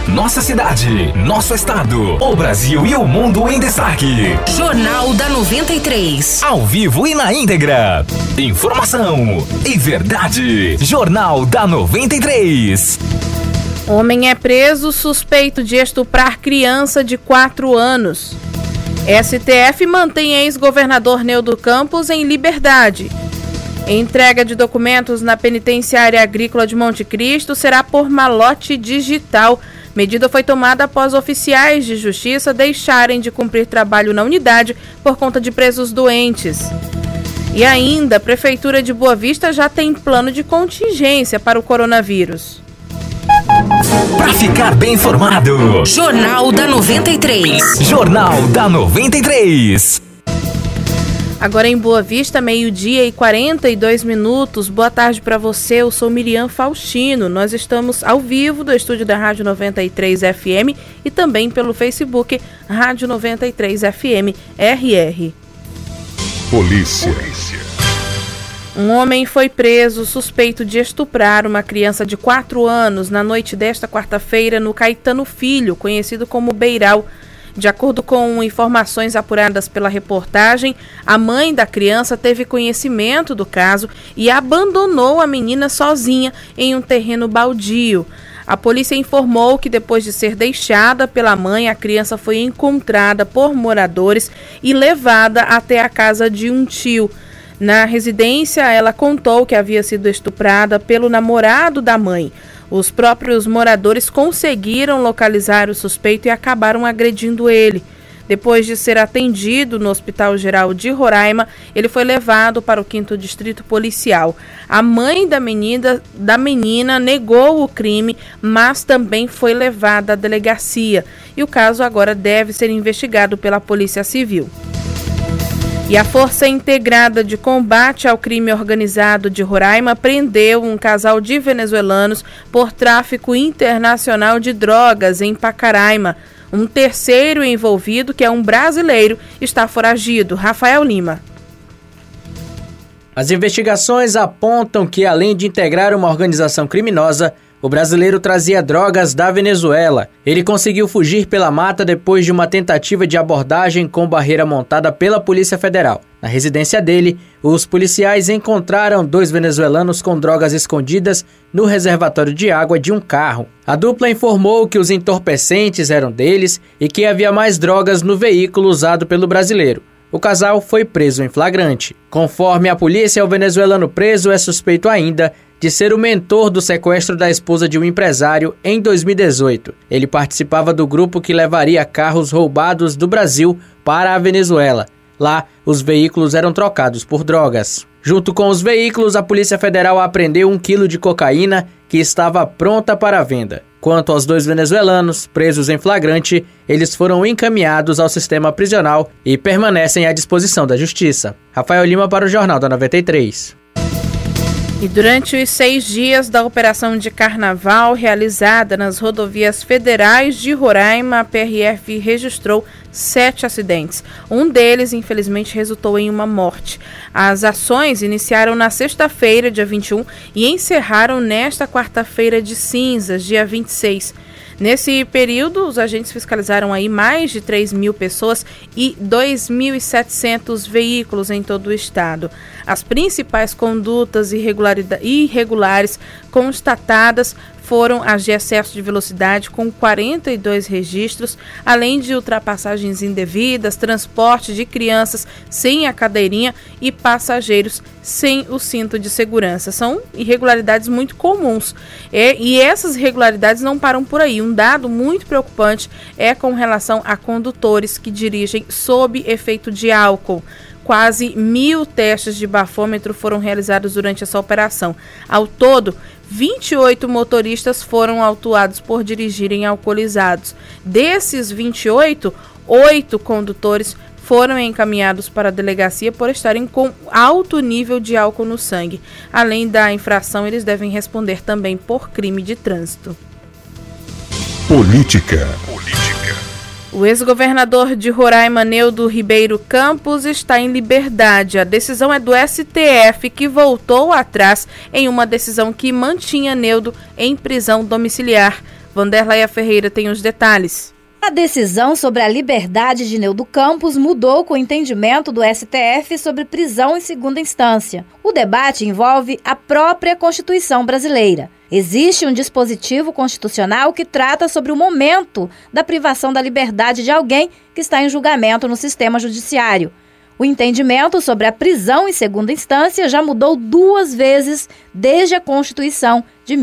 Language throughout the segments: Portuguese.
Nossa cidade, nosso estado, o Brasil e o mundo em destaque. Jornal da 93. Ao vivo e na íntegra. Informação e verdade. Jornal da 93. Homem é preso suspeito de estuprar criança de 4 anos. STF mantém ex-governador Neudo Campos em liberdade. Entrega de documentos na penitenciária agrícola de Monte Cristo será por malote digital. Medida foi tomada após oficiais de justiça deixarem de cumprir trabalho na unidade por conta de presos doentes. E ainda, a Prefeitura de Boa Vista já tem plano de contingência para o coronavírus. Para ficar bem informado, Jornal da 93. Jornal da 93. Agora em Boa Vista, 12:42. Boa tarde para você, eu sou Miriam Faustino. Nós estamos ao vivo do estúdio da Rádio 93 FM e também pelo Facebook Rádio 93 FM RR. Polícia. Um homem foi preso suspeito de estuprar uma criança de 4 anos na noite desta quarta-feira no Caetano Filho, conhecido como Beiral. De acordo com informações apuradas pela reportagem, a mãe da criança teve conhecimento do caso e abandonou a menina sozinha em um terreno baldio. A polícia informou que depois de ser deixada pela mãe, a criança foi encontrada por moradores e levada até a casa de um tio. Na residência, ela contou que havia sido estuprada pelo namorado da mãe. Os próprios moradores conseguiram localizar o suspeito e acabaram agredindo ele. Depois de ser atendido no Hospital Geral de Roraima, ele foi levado para o 5º Distrito Policial. A mãe da menina negou o crime, mas também foi levada à delegacia. E o caso agora deve ser investigado pela Polícia Civil. E a Força Integrada de Combate ao Crime Organizado de Roraima prendeu um casal de venezuelanos por tráfico internacional de drogas em Pacaraima. Um terceiro envolvido, que é um brasileiro, está foragido. Rafael Lima. As investigações apontam que, além de integrar uma organização criminosa, o brasileiro trazia drogas da Venezuela. Ele conseguiu fugir pela mata depois de uma tentativa de abordagem com barreira montada pela Polícia Federal. Na residência dele, os policiais encontraram 2 venezuelanos com drogas escondidas no reservatório de água de um carro. A dupla informou que os entorpecentes eram deles e que havia mais drogas no veículo usado pelo brasileiro. O casal foi preso em flagrante. Conforme a polícia, o venezuelano preso é suspeito ainda de ser o mentor do sequestro da esposa de um empresário em 2018. Ele participava do grupo que levaria carros roubados do Brasil para a Venezuela. Lá, os veículos eram trocados por drogas. Junto com os veículos, a Polícia Federal apreendeu 1 quilo de cocaína que estava pronta para a venda. Quanto aos 2 venezuelanos, presos em flagrante, eles foram encaminhados ao sistema prisional e permanecem à disposição da Justiça. Rafael Lima para o Jornal da 93. E durante os 6 dias da operação de carnaval realizada nas rodovias federais de Roraima, a PRF registrou 7 acidentes. Um deles, infelizmente, resultou em uma morte. As ações iniciaram na sexta-feira, dia 21, e encerraram nesta quarta-feira de cinzas, dia 26. Nesse período, os agentes fiscalizaram aí mais de 3.000 pessoas e 2.700 veículos em todo o estado. As principais condutas irregulares constatadas foram as de excesso de velocidade, com 42 registros, além de ultrapassagens indevidas, transporte de crianças sem a cadeirinha e passageiros sem o cinto de segurança. São irregularidades muito comuns. E essas irregularidades não param por aí. Um dado muito preocupante é com relação a condutores que dirigem sob efeito de álcool. Quase 1.000 testes de bafômetro foram realizados durante essa operação. Ao todo, 28 motoristas foram autuados por dirigirem alcoolizados. Desses 28, 8 condutores foram encaminhados para a delegacia por estarem com alto nível de álcool no sangue. Além da infração, eles devem responder também por crime de trânsito. Política. O ex-governador de Roraima, Neudo Ribeiro Campos, está em liberdade. A decisão é do STF, que voltou atrás em uma decisão que mantinha Neudo em prisão domiciliar. Wanderleia Ferreira tem os detalhes. A decisão sobre a liberdade de Neudo Campos mudou com o entendimento do STF sobre prisão em segunda instância. O debate envolve a própria Constituição brasileira. Existe um dispositivo constitucional que trata sobre o momento da privação da liberdade de alguém que está em julgamento no sistema judiciário. O entendimento sobre a prisão em segunda instância já mudou 2 vezes desde a Constituição de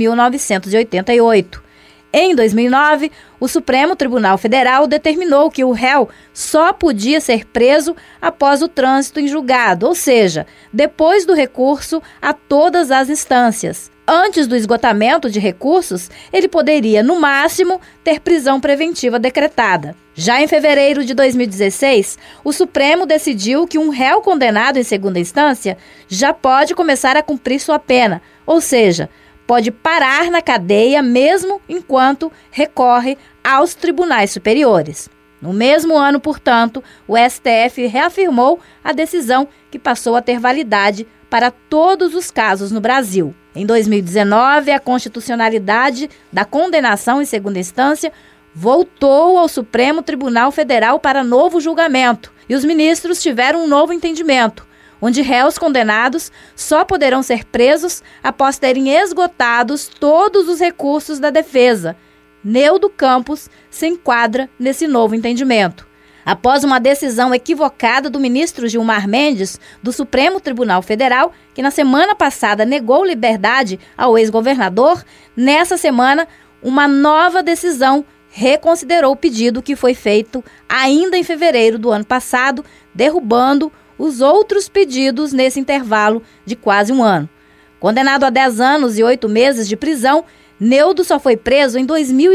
1988. Em 2009, o Supremo Tribunal Federal determinou que o réu só podia ser preso após o trânsito em julgado, ou seja, depois do recurso a todas as instâncias. Antes do esgotamento de recursos, ele poderia, no máximo, ter prisão preventiva decretada. Já em fevereiro de 2016, o Supremo decidiu que um réu condenado em segunda instância já pode começar a cumprir sua pena, ou seja, pode parar na cadeia mesmo enquanto recorre aos tribunais superiores. No mesmo ano, portanto, o STF reafirmou a decisão que passou a ter validade para todos os casos no Brasil. Em 2019, a constitucionalidade da condenação em segunda instância voltou ao Supremo Tribunal Federal para novo julgamento e os ministros tiveram um novo entendimento, onde réus condenados só poderão ser presos após terem esgotados todos os recursos da defesa. Neudo Campos se enquadra nesse novo entendimento. Após uma decisão equivocada do ministro Gilmar Mendes, do Supremo Tribunal Federal, que na semana passada negou liberdade ao ex-governador, nessa semana, uma nova decisão reconsiderou o pedido que foi feito ainda em fevereiro do ano passado, derrubando os outros pedidos nesse intervalo de quase um ano. Condenado a 10 anos e 8 meses de prisão, Neudo só foi preso em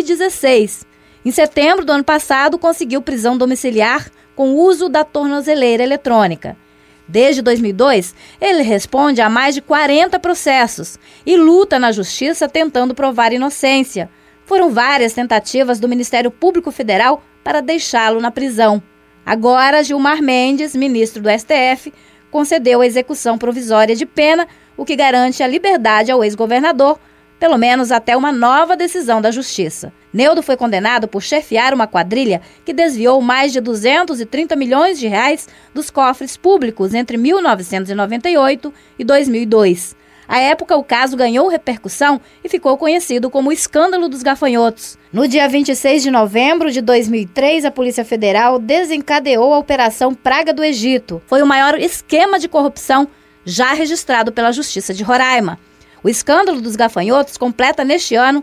2016. Em setembro do ano passado, conseguiu prisão domiciliar com uso da tornozeleira eletrônica. Desde 2002, ele responde a mais de 40 processos e luta na justiça tentando provar inocência. Foram várias tentativas do Ministério Público Federal para deixá-lo na prisão. Agora, Gilmar Mendes, ministro do STF, concedeu a execução provisória de pena, o que garante a liberdade ao ex-governador, pelo menos até uma nova decisão da Justiça. Neudo foi condenado por chefiar uma quadrilha que desviou mais de 230 milhões de reais dos cofres públicos entre 1998 e 2002. À época, o caso ganhou repercussão e ficou conhecido como o escândalo dos gafanhotos. No dia 26 de novembro de 2003, a Polícia Federal desencadeou a Operação Praga do Egito. Foi o maior esquema de corrupção já registrado pela Justiça de Roraima. O escândalo dos gafanhotos completa neste ano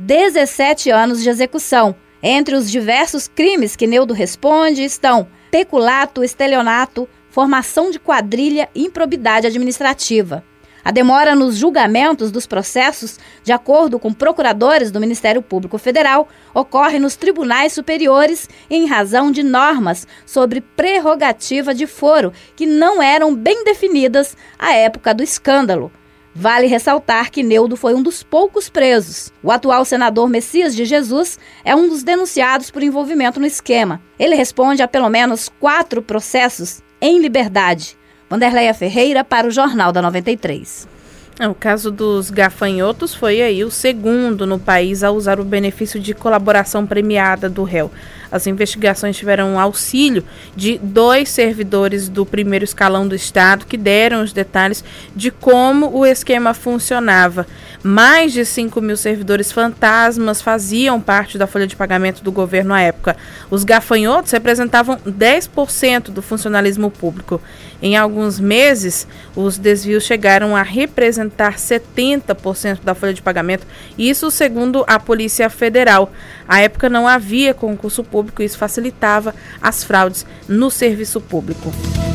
17 anos de execução. Entre os diversos crimes que Neudo responde estão peculato, estelionato, formação de quadrilha e improbidade administrativa. A demora nos julgamentos dos processos, de acordo com procuradores do Ministério Público Federal, ocorre nos tribunais superiores em razão de normas sobre prerrogativa de foro que não eram bem definidas à época do escândalo. Vale ressaltar que Neudo foi um dos poucos presos. O atual senador Messias de Jesus é um dos denunciados por envolvimento no esquema. Ele responde a pelo menos 4 processos em liberdade. Wanderleia Ferreira para o Jornal da 93. O caso dos gafanhotos foi aí o segundo no país a usar o benefício de colaboração premiada do réu. As investigações tiveram auxílio de 2 servidores do primeiro escalão do Estado que deram os detalhes de como o esquema funcionava. Mais de 5 mil servidores fantasmas faziam parte da folha de pagamento do governo à época. Os gafanhotos representavam 10% do funcionalismo público. Em alguns meses, os desvios chegaram a representar 70% da folha de pagamento, isso segundo a Polícia Federal. À época não havia concurso público e isso facilitava as fraudes no serviço público.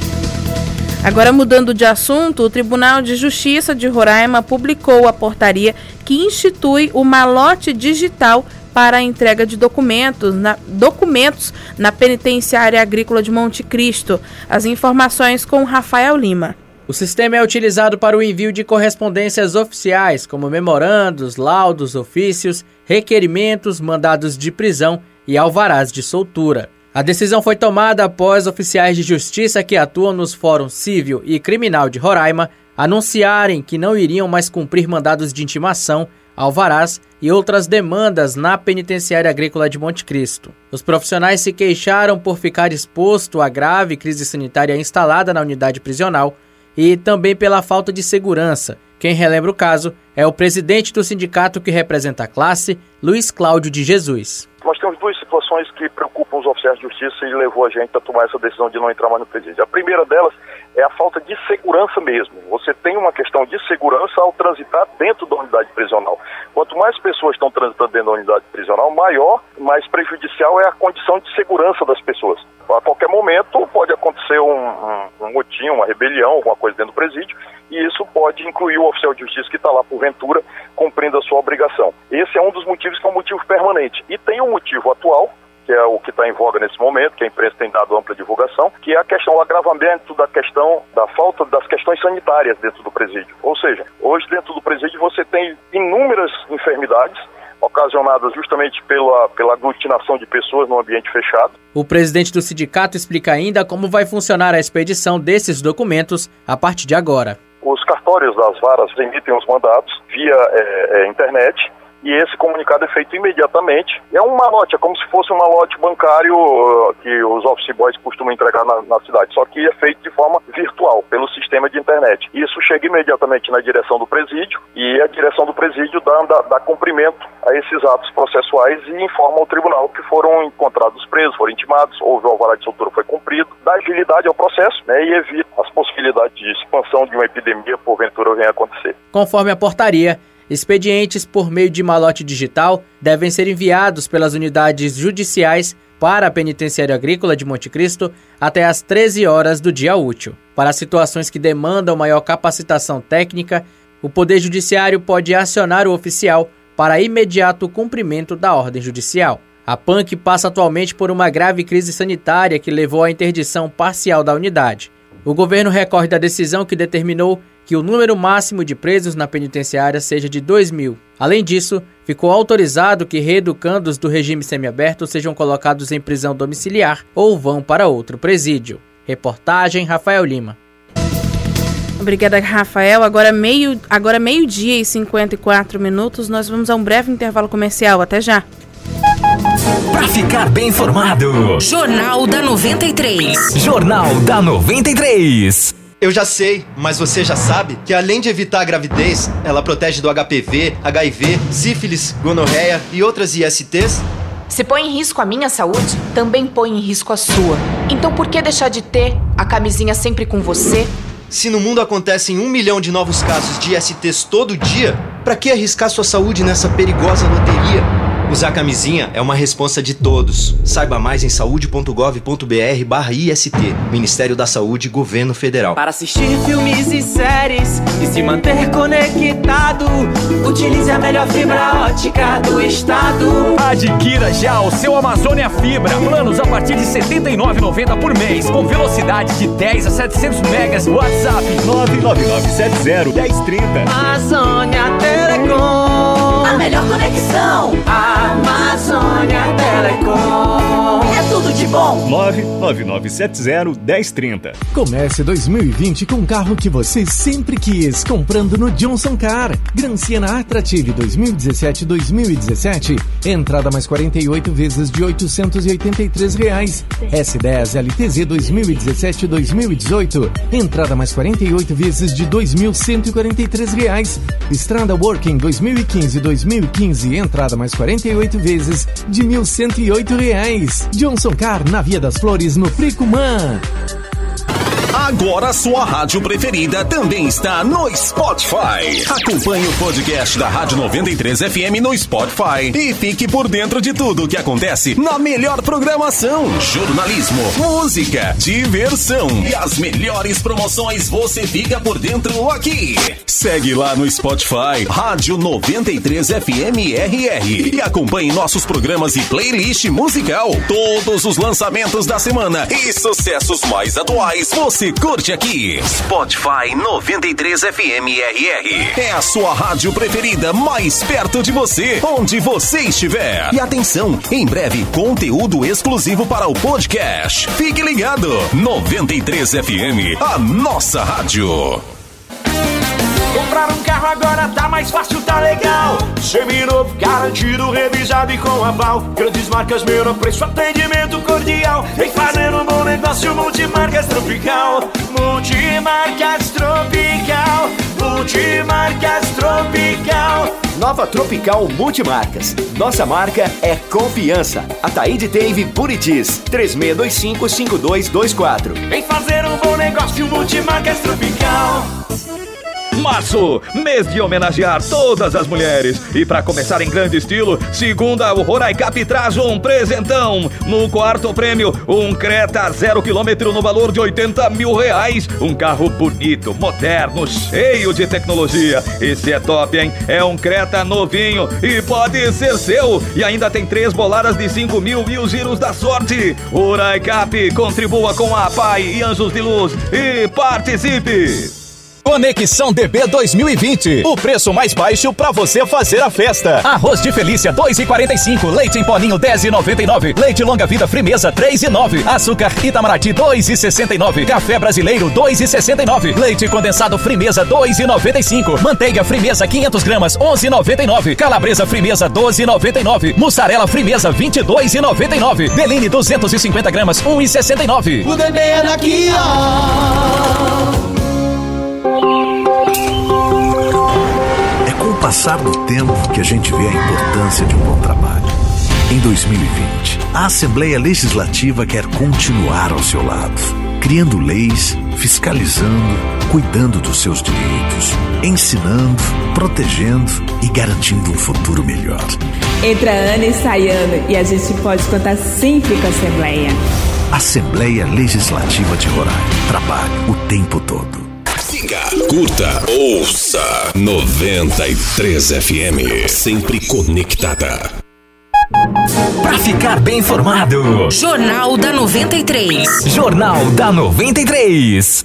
Agora, mudando de assunto, o Tribunal de Justiça de Roraima publicou a portaria que institui o malote digital para a entrega de documentos na Penitenciária Agrícola de Monte Cristo. As informações com Rafael Lima. O sistema é utilizado para o envio de correspondências oficiais, como memorandos, laudos, ofícios, requerimentos, mandados de prisão e alvarás de soltura. A decisão foi tomada após oficiais de justiça que atuam nos fóruns civil e criminal de Roraima anunciarem que não iriam mais cumprir mandados de intimação alvarás e outras demandas na Penitenciária Agrícola de Monte Cristo. Os profissionais se queixaram por ficar exposto à grave crise sanitária instalada na unidade prisional e também pela falta de segurança. Quem relembra o caso é o presidente do sindicato que representa a classe, Luiz Cláudio de Jesus. Nós temos duas situações que preocupam os oficiais de justiça e levou a gente a tomar essa decisão de não entrar mais no presídio. A primeira delas é a falta de segurança mesmo. Você tem uma questão de segurança ao transitar dentro da unidade prisional. Quanto mais pessoas estão transitando dentro da unidade prisional, maior, mais prejudicial é a condição de segurança das pessoas. A qualquer momento pode acontecer um motim, uma rebelião, alguma coisa dentro do presídio, e isso pode incluir o oficial de justiça que está lá porventura cumprindo a sua obrigação. Esse é um dos motivos que é um motivo permanente. E tem um motivo atual, que é o que está em voga nesse momento, que a imprensa tem dado ampla divulgação, que é a questão, o agravamento da questão da falta das questões sanitárias dentro do presídio. Ou seja, hoje dentro do presídio você tem inúmeras enfermidades ocasionadas justamente pela aglutinação de pessoas num ambiente fechado. O presidente do sindicato explica ainda como vai funcionar a expedição desses documentos a partir de agora. Os cartórios das varas emitem os mandados via internet, e esse comunicado é feito imediatamente. É um malote, é como se fosse um malote bancário que os office boys costumam entregar na cidade, só que é feito de forma virtual, pelo sistema de internet. Isso chega imediatamente na direção do presídio, e a direção do presídio dá cumprimento a esses atos processuais e informa ao tribunal que foram encontrados presos, foram intimados, houve o alvará de soltura, foi cumprido, dá agilidade ao processo, né, e evita as possibilidades de expansão de uma epidemia, porventura venha a acontecer. Conforme a portaria, expedientes por meio de malote digital devem ser enviados pelas unidades judiciais para a Penitenciária Agrícola de Monte Cristo até às 13 horas do dia útil. Para situações que demandam maior capacitação técnica, o Poder Judiciário pode acionar o oficial para imediato cumprimento da ordem judicial. A PANC passa atualmente por uma grave crise sanitária que levou à interdição parcial da unidade. O governo recorre da decisão que determinou que o número máximo de presos na penitenciária seja de 2.000. Além disso, ficou autorizado que reeducandos do regime semiaberto sejam colocados em prisão domiciliar ou vão para outro presídio. Reportagem Rafael Lima. Obrigada, Rafael. Agora meio-dia e 54 minutos, nós vamos a um breve intervalo comercial. Até já. Para ficar bem informado, Jornal da 93. Jornal da 93. Eu já sei, mas você já sabe que além de evitar a gravidez, ela protege do HPV, HIV, sífilis, gonorreia e outras ISTs? Se põe em risco a minha saúde, também põe em risco a sua. Então por que deixar de ter a camisinha sempre com você? Se no mundo acontecem 1 milhão de novos casos de ISTs todo dia, pra que arriscar sua saúde nessa perigosa loteria? Usar camisinha é uma responsa de todos. Saiba mais em saude.gov.br/IST. Ministério da Saúde, Governo Federal. Para assistir filmes e séries e se manter conectado, utilize a melhor fibra ótica do estado. Adquira já o seu Amazônia Fibra. Planos a partir de R$ 79,90 por mês, com velocidade de 10 a 700 megas. WhatsApp 99970-1030. Amazônia Telecom. A melhor conexão. Amazônia Telecom. É tudo de bom. 99970-1030. Comece 2020 com um carro que você sempre quis, comprando no Johnson Car. Grand Siena Attractive 2017-2017. Entrada mais 48 vezes de R$ 883. S10 LTZ 2017-2018. Entrada mais 48 vezes de R$ 2.143. Estrada Working 2015-2015. Entrada mais 48 vezes de R$ 1.108. Johnson Car, na Via das Flores, no Fricumã. Agora sua rádio preferida também está no Spotify. Acompanhe o podcast da Rádio 93 FM no Spotify e fique por dentro de tudo o que acontece na melhor programação, jornalismo, música, diversão e as melhores promoções você fica por dentro aqui. Segue lá no Spotify, Rádio 93 FM RR, e acompanhe nossos programas e playlist musical. Todos os lançamentos da semana e sucessos mais atuais você curte aqui. Spotify 93 FM RR. É a sua rádio preferida, mais perto de você, onde você estiver. E atenção, em breve conteúdo exclusivo para o podcast. Fique ligado. 93 FM, a nossa rádio. Comprar um carro agora tá mais fácil, tá legal. Seminovo, garantido, revisado e com aval. Grandes marcas, menor preço, atendimento cordial. Vem fazer um bom negócio, Multimarcas Tropical. Multimarcas Tropical. Multimarcas Tropical. Nova Tropical Multimarcas. Nossa marca é confiança. Ataíde Teve Buritis, 3625-5224. Vem fazer um bom negócio, Multimarcas Tropical. Março, mês de homenagear todas as mulheres. E para começar em grande estilo, segunda, o Roraicap traz um presentão. No quarto prêmio, um Creta 0 km no valor de R$80 mil. Um carro bonito, moderno, cheio de tecnologia. Esse é top, hein? É um Creta novinho e pode ser seu. E ainda tem 3 boladas de 5 mil e os giros da sorte. Roraicap, contribua com a PAI e Anjos de Luz e participe! Conexão DB 2020. O preço mais baixo pra você fazer a festa. Arroz de Felícia 2,45. Leite em poninho 10,99. Leite longa vida Frimeza 3,9. Açúcar Itamaraty 2,69. Café brasileiro 2,69. Leite condensado Frimeza 2,95. Manteiga Frimeza 500 gramas 11,99. Calabresa Frimeza 12,99. Mussarela Frimeza 22,99. Beline 250 gramas 1,69. O DB é daqui, ó. É com o passar do tempo que a gente vê a importância de um bom trabalho. Em 2020, a Assembleia Legislativa quer continuar ao seu lado, criando leis, fiscalizando, cuidando dos seus direitos, ensinando, protegendo e garantindo um futuro melhor. Entra ano e sai ano e a gente pode contar sempre com a Assembleia. Assembleia Legislativa de Roraima. Trabalho o tempo todo. Curta, ouça 93 FM, sempre conectada. Pra ficar bem informado, Jornal da 93. Jornal da 93.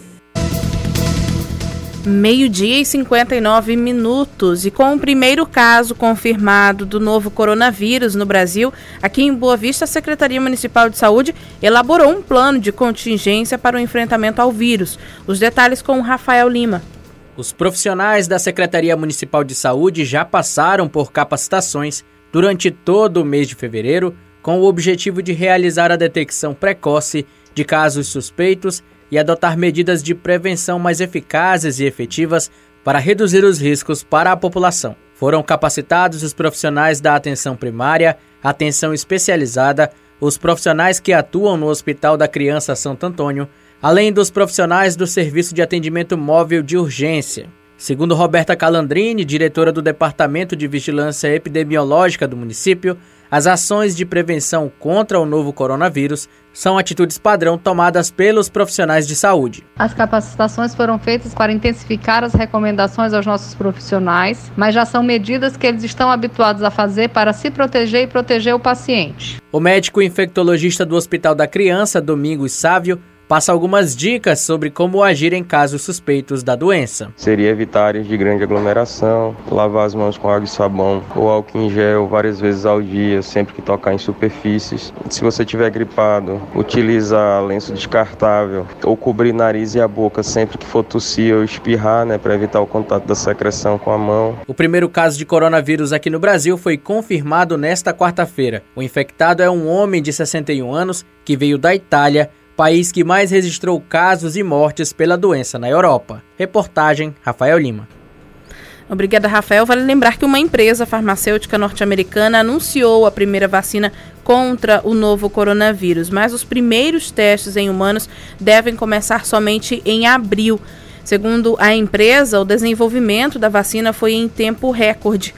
12:59. E com o primeiro caso confirmado do novo coronavírus no Brasil, aqui em Boa Vista, a Secretaria Municipal de Saúde elaborou um plano de contingência para o enfrentamento ao vírus. Os detalhes com o Rafael Lima. Os profissionais da Secretaria Municipal de Saúde já passaram por capacitações durante todo o mês de fevereiro, com o objetivo de realizar a detecção precoce de casos suspeitos e adotar medidas de prevenção mais eficazes e efetivas para reduzir os riscos para a população. Foram capacitados os profissionais da atenção primária, atenção especializada, os profissionais que atuam no Hospital da Criança Santo Antônio, além dos profissionais do Serviço de Atendimento Móvel de Urgência. Segundo Roberta Calandrini, diretora do Departamento de Vigilância Epidemiológica do município, as ações de prevenção contra o novo coronavírus são atitudes padrão tomadas pelos profissionais de saúde. As capacitações foram feitas para intensificar as recomendações aos nossos profissionais, mas já são medidas que eles estão habituados a fazer para se proteger e proteger o paciente. O médico infectologista do Hospital da Criança, Domingos Sávio, passa algumas dicas sobre como agir em casos suspeitos da doença. Seria evitar áreas de grande aglomeração, lavar as mãos com água e sabão ou álcool em gel várias vezes ao dia, sempre que tocar em superfícies. Se você estiver gripado, utilizar lenço descartável ou cobrir nariz e a boca sempre que for tossir ou espirrar, para evitar o contato da secreção com a mão. O primeiro caso de coronavírus aqui no Brasil foi confirmado nesta quarta-feira. O infectado é um homem de 61 anos que veio da Itália, país que mais registrou casos e mortes pela doença na Europa. Reportagem Rafael Lima. Obrigada, Rafael. Vale lembrar que uma empresa farmacêutica norte-americana anunciou a primeira vacina contra o novo coronavírus, mas os primeiros testes em humanos devem começar somente em abril. Segundo a empresa, o desenvolvimento da vacina foi em tempo recorde,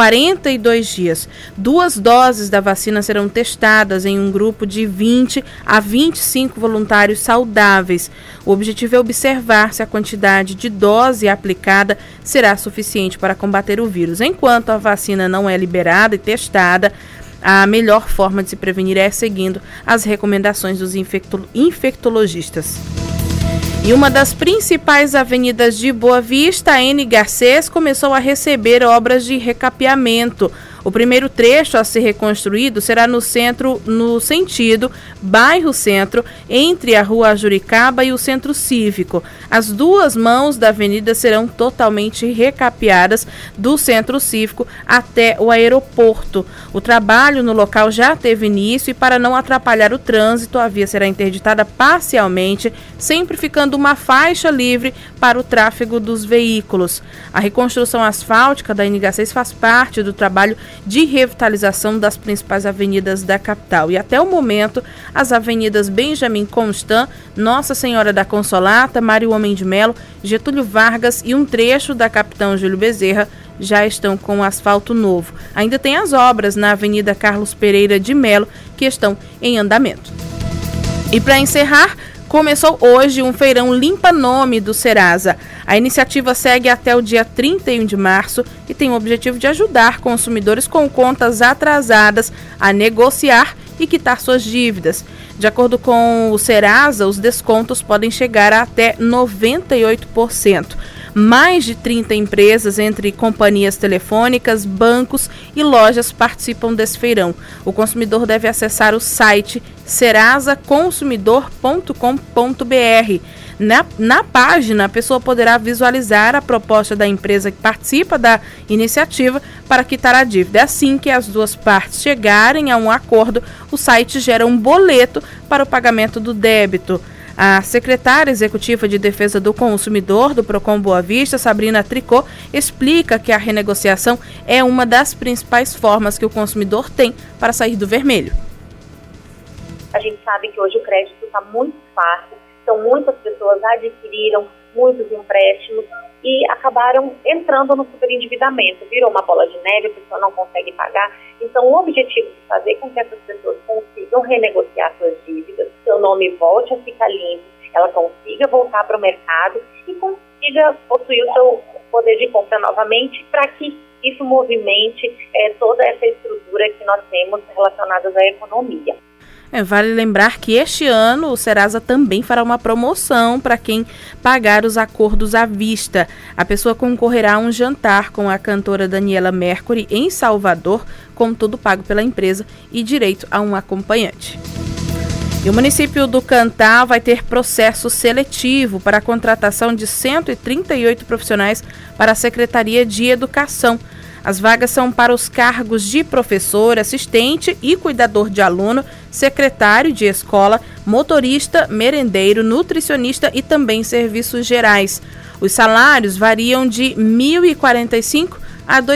42 dias. 2 doses da vacina serão testadas em um grupo de 20 a 25 voluntários saudáveis. O objetivo é observar se a quantidade de dose aplicada será suficiente para combater o vírus. Enquanto a vacina não é liberada e testada, a melhor forma de se prevenir é seguindo as recomendações dos infectologistas. E uma das principais avenidas de Boa Vista, a N. Garcês, começou a receber obras de recapeamento. O primeiro trecho a ser reconstruído será no sentido bairro Centro, entre a Rua Juricaba e o Centro Cívico. As duas mãos da avenida serão totalmente recapeadas do Centro Cívico até o aeroporto. O trabalho no local já teve início e, para não atrapalhar o trânsito, a via será interditada parcialmente, sempre ficando uma faixa livre para o tráfego dos veículos. A reconstrução asfáltica da NH6 faz parte do trabalho de revitalização das principais avenidas da capital. E até o momento, as avenidas Benjamin Constant, Nossa Senhora da Consolata, Mário Homem de Melo, Getúlio Vargas e um trecho da Capitão Júlio Bezerra já estão com asfalto novo. Ainda tem as obras na Avenida Carlos Pereira de Melo, que estão em andamento. E para encerrar, começou hoje um feirão Limpa Nome do Serasa. A iniciativa segue até o dia 31 de março e tem o objetivo de ajudar consumidores com contas atrasadas a negociar e quitar suas dívidas. De acordo com o Serasa, os descontos podem chegar a até 98%. Mais de 30 empresas, entre companhias telefônicas, bancos e lojas, participam desse feirão. O consumidor deve acessar o site serasaconsumidor.com.br. Na página, a pessoa poderá visualizar a proposta da empresa que participa da iniciativa para quitar a dívida. Assim que as duas partes chegarem a um acordo, o site gera um boleto para o pagamento do débito. A secretária executiva de Defesa do Consumidor do Procon Boa Vista, Sabrina Tricot, explica que a renegociação é uma das principais formas que o consumidor tem para sair do vermelho. A gente sabe que hoje o crédito está muito fácil, então muitas pessoas adquiriram muitos empréstimos e acabaram entrando no superendividamento. Virou uma bola de neve, a pessoa não consegue pagar. Então, o objetivo de fazer com que essas pessoas consigam renegociar suas dívidas, seu nome volte a ficar limpo, ela consiga voltar para o mercado e consiga possuir o seu poder de compra novamente, para que isso movimente toda essa estrutura que nós temos relacionadas à economia. Vale lembrar que este ano o Serasa também fará uma promoção para quem pagar os acordos à vista. A pessoa concorrerá a um jantar com a cantora Daniela Mercury em Salvador, com tudo pago pela empresa e direito a um acompanhante. E o município do Cantá vai ter processo seletivo para a contratação de 138 profissionais para a Secretaria de Educação. As vagas são para os cargos de professor, assistente e cuidador de aluno, secretário de escola, motorista, merendeiro, nutricionista e também serviços gerais. Os salários variam de R$ 1.045 a R$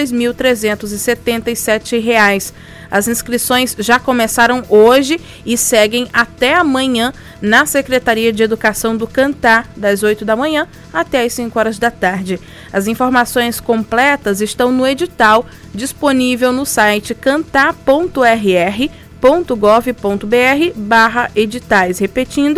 2.377. As inscrições já começaram hoje e seguem até amanhã na Secretaria de Educação do Cantá, das 8 da manhã até as 5 horas da tarde. As informações completas estão no edital disponível no site cantá.rr.gov.br/editais. Repetindo,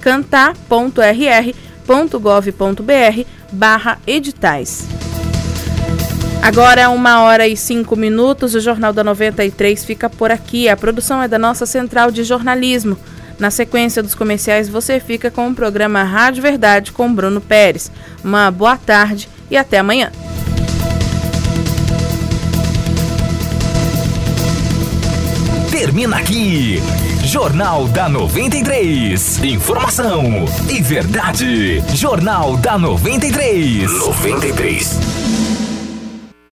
cantá.rr.gov.br/editais. Agora, 1h05, o Jornal da 93 fica por aqui. A produção é da nossa Central de Jornalismo. Na sequência dos comerciais, você fica com o programa Rádio Verdade com Bruno Pérez. Uma boa tarde e até amanhã. Termina aqui, Jornal da 93. Informação e verdade. Jornal da 93. 93.